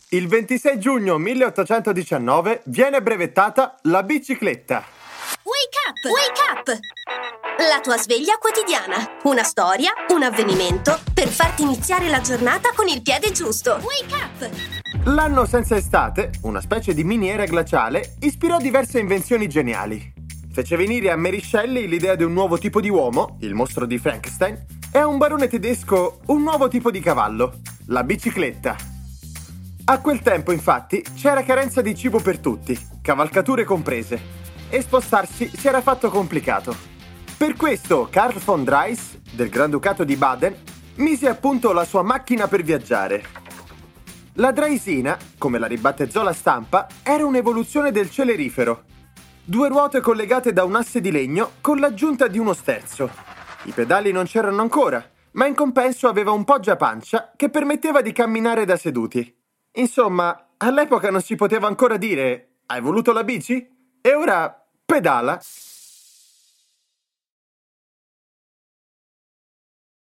Il 26 giugno 1819 viene brevettata la bicicletta. Wake up! Wake up! La tua sveglia quotidiana. Una storia, un avvenimento per farti iniziare la giornata con il piede giusto. Wake up! L'anno senza estate, una specie di miniera glaciale, ispirò diverse invenzioni geniali. Fece venire a Mary Shelley l'idea di un nuovo tipo di uomo, il mostro di Frankenstein, e a un barone tedesco un nuovo tipo di cavallo, la bicicletta. A quel tempo, infatti, c'era carenza di cibo per tutti, cavalcature comprese, e spostarsi si era fatto complicato. Per questo Karl von Drais, del Granducato di Baden, mise a punto la sua macchina per viaggiare. La Draisina, come la ribattezzò la stampa, era un'evoluzione del celerifero. 2 ruote collegate da un asse di legno con l'aggiunta di uno sterzo. I pedali non c'erano ancora, ma in compenso aveva un poggiapancia che permetteva di camminare da seduti. Insomma, all'epoca non si poteva ancora dire «Hai voluto la bici? E ora pedala!»